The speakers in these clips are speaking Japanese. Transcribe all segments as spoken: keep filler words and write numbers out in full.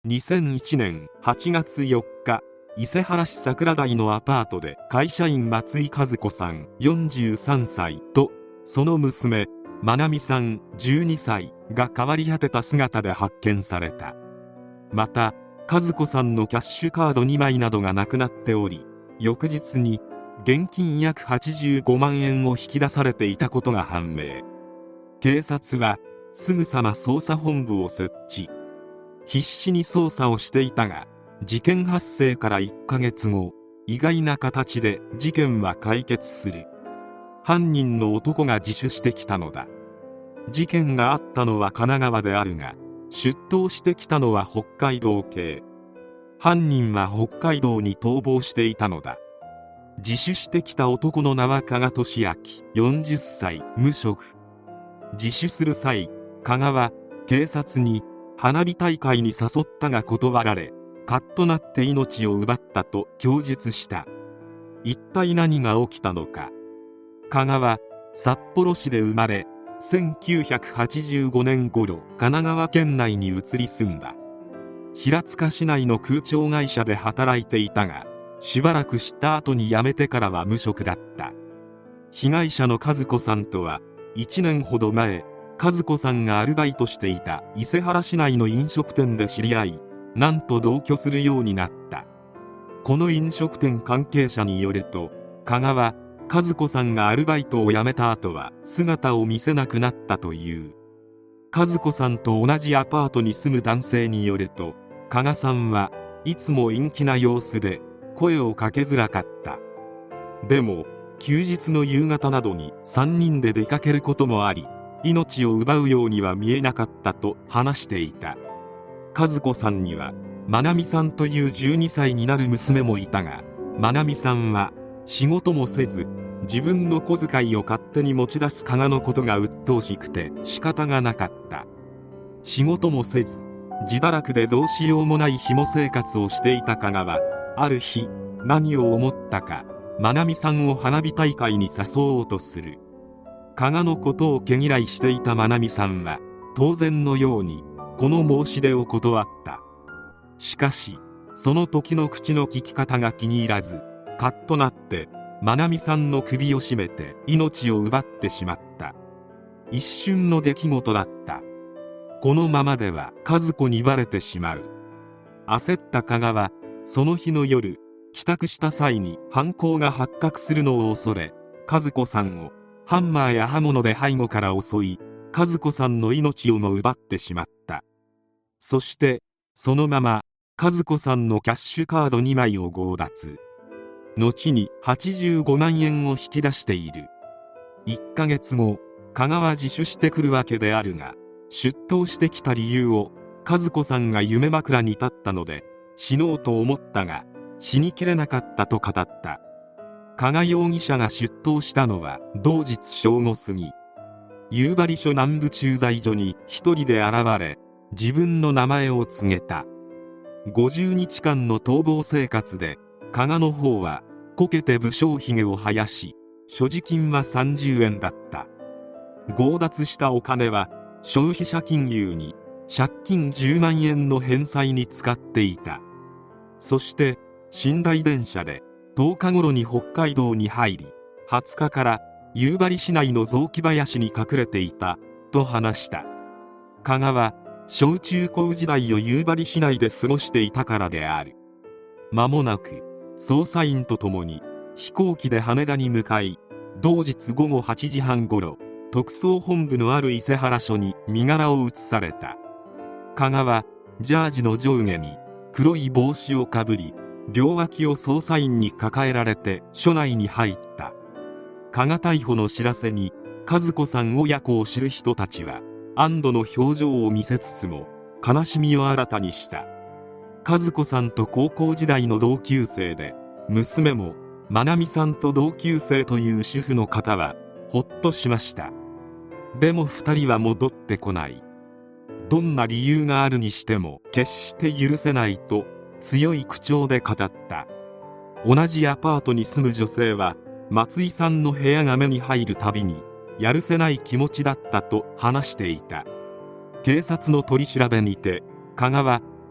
にせんいちねんはちがつよっか、伊勢原市桜台のアパートで会社員松井和子さんよんじゅうさんさいとその娘愛美さんじゅうにさいが変わり果てた姿で発見された。また和子さんのキャッシュカードにまいなどがなくなっており、翌日に現金約はちじゅうごまんえんを引き出されていたことが判明。警察はすぐさま捜査本部を設置。必死に捜査をしていたが、事件発生からいっかげつご、意外な形で事件は解決する。犯人の男が自首してきたのだ。事件があったのは神奈川であるが、出頭してきたのは北海道警。犯人は北海道に逃亡していたのだ。自首してきた男の名は加賀俊明よんじゅっさい無職。自首する際、加賀は警察に花火大会に誘ったが断られ、カッとなって命を奪ったと供述した。一体何が起きたのか。加賀は札幌市で生まれ、せんきゅうひゃくはちじゅうごねん頃神奈川県内に移り住んだ。平塚市内の空調会社で働いていたが、しばらくした後に辞めてからは無職だった。被害者の和子さんとはいちねんほど前、和子さんがアルバイトしていた伊勢原市内の飲食店で知り合い、なんと同居するようになった。この飲食店関係者によると、加賀は和子さんがアルバイトを辞めた後は姿を見せなくなったという。和子さんと同じアパートに住む男性によると、加賀さんはいつも陰気な様子で声をかけづらかった。でも休日の夕方などにさんにんで出かけることもあり、命を奪うようには見えなかったと話していた。和子さんには愛美さんというじゅうにさいになる娘もいたが、愛美さんは仕事もせず、自分の小遣いを勝手に持ち出す加賀のことが鬱陶しくて仕方がなかった。仕事もせず自堕落でどうしようもない紐生活をしていた加賀は、ある日何を思ったか愛美さんを花火大会に誘おうとする。加賀のことを毛嫌いしていた愛美さんは当然のようにこの申し出を断った。しかしその時の口の利き方が気に入らず、カッとなって愛美さんの首を絞めて命を奪ってしまった。一瞬の出来事だった。このままでは和子にバレてしまう。焦った加賀はその日の夜、帰宅した際に犯行が発覚するのを恐れ、和子さんをハンマーや刃物で背後から襲い、和子さんの命をも奪ってしまった。そしてそのまま和子さんのキャッシュカードにまいを強奪。後にはちじゅうごまんえんを引き出している。いっかげつご、加賀は自首してくるわけであるが、出頭してきた理由を和子さんが夢枕に立ったので死のうと思ったが死にきれなかったと語った。加賀容疑者が出頭したのは同日正午過ぎ、夕張署南部駐在所に一人で現れ、自分の名前を告げた。ごじゅうにちかんの逃亡生活で加賀の方はこけて不精ひげを生やし、所持金はさんじゅうえんだった。強奪したお金は消費者金融に借金じゅうまんえんの返済に使っていた。そして寝台電車でとおか頃に北海道に入り、はつかから夕張市内の雑木林に隠れていたと話した。加賀は小中高時代を夕張市内で過ごしていたからである。間もなく捜査員とともに飛行機で羽田に向かい、同日ごごはちじはん頃、特捜本部のある伊勢原署に身柄を移された。加賀はジャージの上下に黒い帽子をかぶり、両脇を捜査員に抱えられて署内に入った。加賀逮捕の知らせに和子さん親子を知る人たちは安堵の表情を見せつつも悲しみを新たにした。和子さんと高校時代の同級生で、娘も愛美さんと同級生という主婦の方はほっとしました。でも二人は戻ってこない。どんな理由があるにしても決して許せないと強い口調で語った。同じアパートに住む女性は松井さんの部屋が目に入るたびにやるせない気持ちだったと話していた。警察の取り調べにて加賀は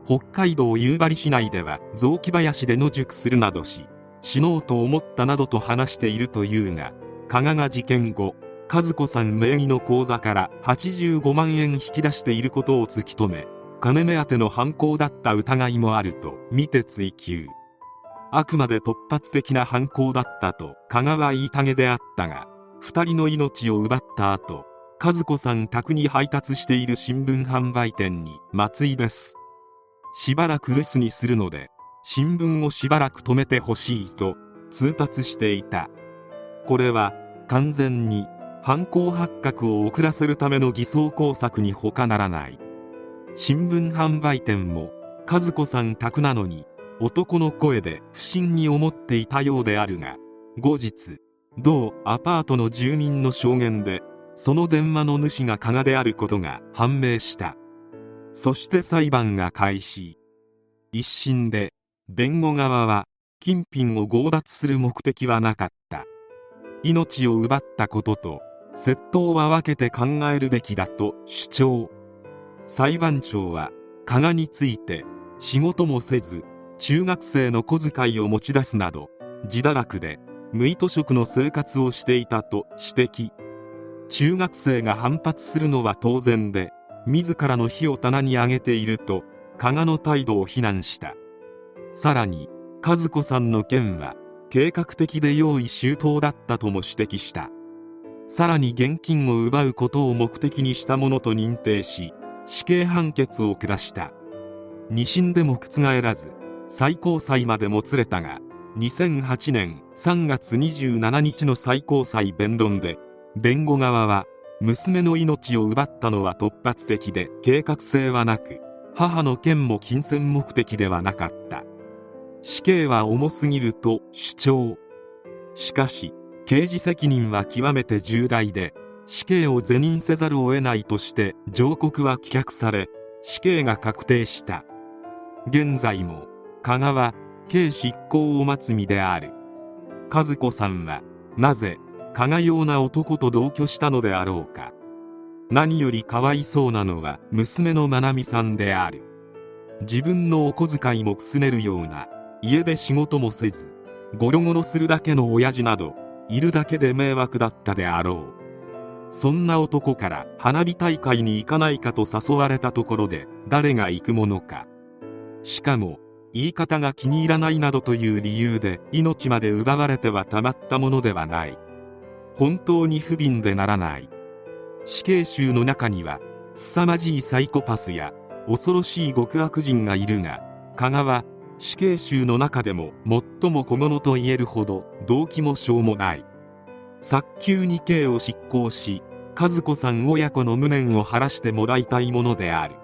北海道夕張市内では雑木林で野宿するなどし死のうと思ったなどと話しているというが、加賀が事件後和子さん名義の口座からはちじゅうごまんえん引き出していることを突き止め、金目当ての犯行だった疑いもあると見て追及。あくまで突発的な犯行だったと加賀は言いたげであったが、ふたりの命を奪った後、和子さん宅に配達している新聞販売店に松井です、しばらく留守にするので新聞をしばらく止めてほしいと通達していた。これは完全に犯行発覚を遅らせるための偽装工作に他ならない。新聞販売店も和子さん宅なのに男の声で不審に思っていたようであるが、後日同アパートの住民の証言でその電話の主が加賀であることが判明した。そして裁判が開始。一審で弁護側は金品を強奪する目的はなかった、命を奪ったことと窃盗は分けて考えるべきだと主張。裁判長は加賀について仕事もせず中学生の小遣いを持ち出すなど自堕落で無意図食の生活をしていたと指摘。中学生が反発するのは当然で自らの非を棚に上げていると加賀の態度を非難した。さらに和子さんの件は計画的で用意周到だったとも指摘した。さらに現金を奪うことを目的にしたものと認定し死刑判決を下した。二審でも覆らず最高裁までもつれたが、にせんはちねんさんがつにじゅうしちにちの最高裁弁論で弁護側は娘の命を奪ったのは突発的で計画性はなく、母の件も金銭目的ではなかった、死刑は重すぎると主張。しかし刑事責任は極めて重大で死刑を是認せざるを得ないとして上告は棄却され死刑が確定した。現在も加賀は刑執行を待つ身である。和子さんはなぜ加賀ような男と同居したのであろうか。何よりかわいそうなのは娘の愛美さんである。自分のお小遣いもくすねるような、家で仕事もせずゴロゴロするだけの親父などいるだけで迷惑だったであろう。そんな男から花火大会に行かないかと誘われたところで誰が行くものか。しかも言い方が気に入らないなどという理由で命まで奪われてはたまったものではない。本当に不憫でならない。死刑囚の中には凄まじいサイコパスや恐ろしい極悪人がいるが、加賀は死刑囚の中でも最も小物と言えるほど動機もしょうもない。早急に刑を執行し和子さん親子の無念を晴らしてもらいたいものである。